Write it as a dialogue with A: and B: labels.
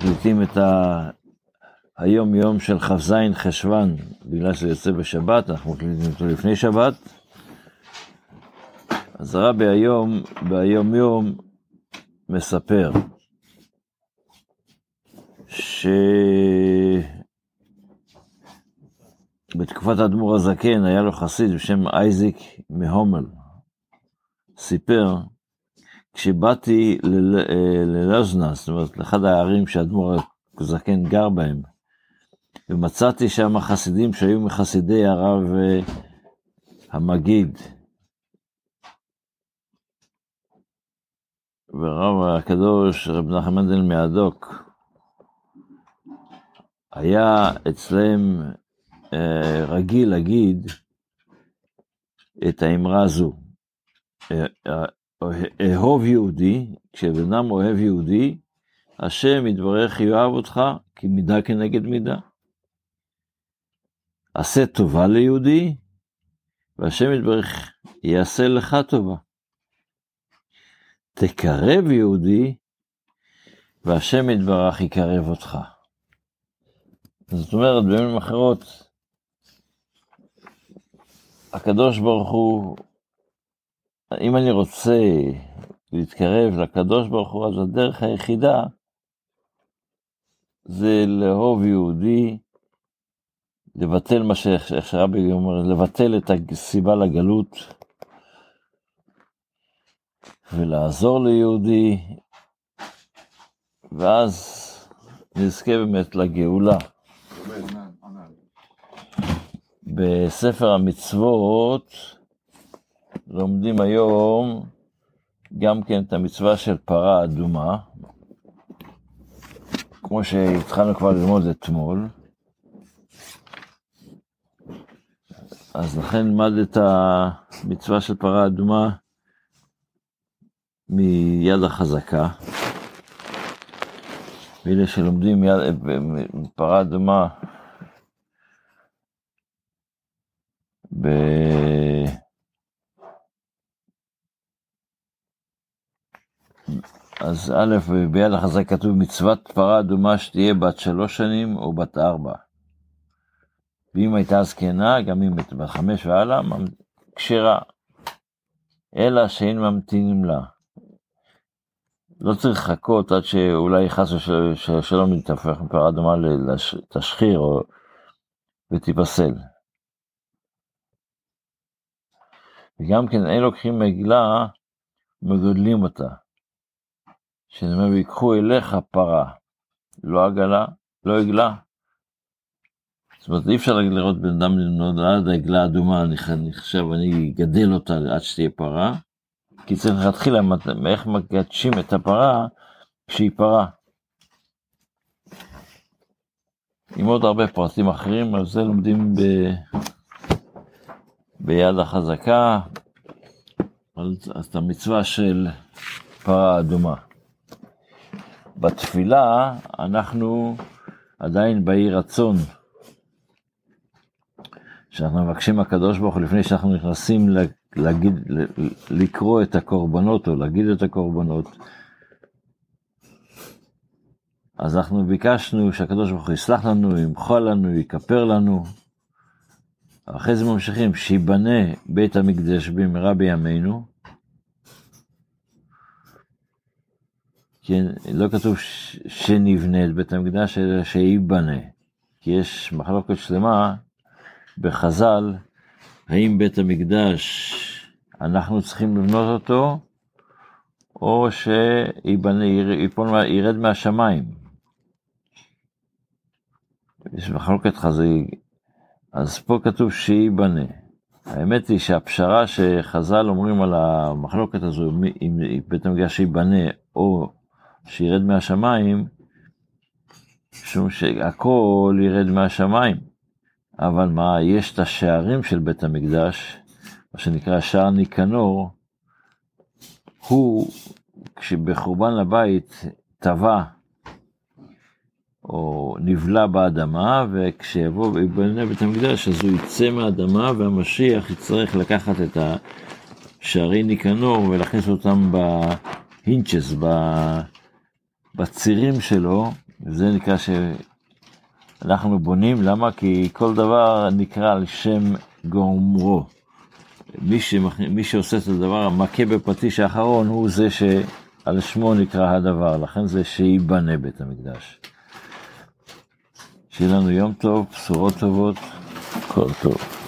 A: מקליטים את היום יום של כ"ז חשוון, בגלל שזה יוצא בשבת, אנחנו מקליטים אותו לפני שבת. אז הרבי ביום יום מספר שבתקופת האדמו"ר הזקן היה לו חסיד בשם אייזיק מהומל. סיפר, כשבאתי ללוזנה, זאת אומרת לאחד הערים שהאדמו"ר הזקן גר בהם, ומצאתי שם חסידים שהיו מחסידי הרב המגיד, והרב הקדוש רב מנחם מנדל מהדוק, היה אצלם רגיל להגיד את האמרה הזו, אהוב יהודי, כשבנם אוהב יהודי, השם יתברך יאהב אותך כי מידה כנגד מידה. עשה טובה ליהודי, והשם יתברך יעשה לך טובה. תקרב יהודי, והשם יתברך יקרב אותך. זאת אומרת, במילים אחרות, הקדוש ברוך הוא, אם אני רוצה להתקרב לקדוש ברוך הוא, אז הדרך היחידה זה לאהוב יהודי, לבטל מה שרבי אומר, לבטל את הסיבה לגלות, ולעזור ליהודי, ואז נזכה באמת לגאולה. בספר המצוות לומדים היום גם כן את המצווה של פרה אדומה, כמו שהתחלנו כבר ללמוד אתמול. אז לכן נלמד את המצווה של פרה אדומה מיד החזקה. ואלה שלומדים פרה אדומה אז א', ביד החזקה כתוב מצוות פרה אדומה שתהיה בת 3 שנים או בת 4. ואם הייתה זקנה, גם אם בת 5 והלאה, כשרה. אלא שאין ממתינים לה. לא צריך לחכות עד שאולי חס ושלום יתהפך פרה אדומה לתשחיר ותיפסל. וגם כן אין לוקחים מעגלה, מגודלים אותה. שנאמר ויקחו אליך פרה, לא עגלה, לא עגלה. זאת אומרת, אי אפשר לראות בן אדם עד העגלה האדומה, אני חושב, אני אגדל אותה עד שתהיה פרה, כי צריך להתחיל איך מגדשים את הפרה כשהיא פרה. עם עוד הרבה פרטים אחרים, על זה לומדים ביד החזקה, אז את המצווה של פרה אדומה. בתפילה אנחנו עדיין באי רצון, שאנחנו מבקשים הקדוש ברוך הוא לפני שאנחנו נכנסים לקרוא את הקורבנות או להגיד את הקורבנות. אז אנחנו ביקשנו שהקדוש ברוך הוא יסלח לנו, ימחל לנו, יכפר לנו. אחרי זה ממשיכים, שיבנה בית המקדש במהרה בימינו. כן, לא כתוב שנבנה את בית המקדש, אלא שיבנה. כי יש מחלוקת שלמה בחז"ל, האם בית המקדש אנחנו צריכים לבנות אותו, או שיבנה, ירד מהשמיים. יש מחלוקת חז"ל, אז פה כתוב שיבנה. האמת היא שהפשרה שחז"ל אומרים על המחלוקת הזו, אם בית המקדש שיבנה או שירד מהשמיים, משום שהכל ירד מהשמיים. אבל מה, יש את השערים של בית המקדש, מה שנקרא שער ניקנור, הוא כשבחורבן לבית טבע או נבלע באדמה, וכשיבוא ויבנה בית המקדש אז הוא יצא מהאדמה, והמשיח יצטרך לקחת את השערי ניקנור ולהכניס אותם בהינצ'ס, בצירים שלו, זה נקרא שאנחנו בונים, למה? כי כל דבר נקרא על שם גומרו. מי שעושה את הדבר, המכה בפטיש האחרון, הוא זה שעל שמו נקרא הדבר, לכן זה שיבנה בית המקדש. שיהיה לנו יום טוב, בשורות טובות, כל טוב.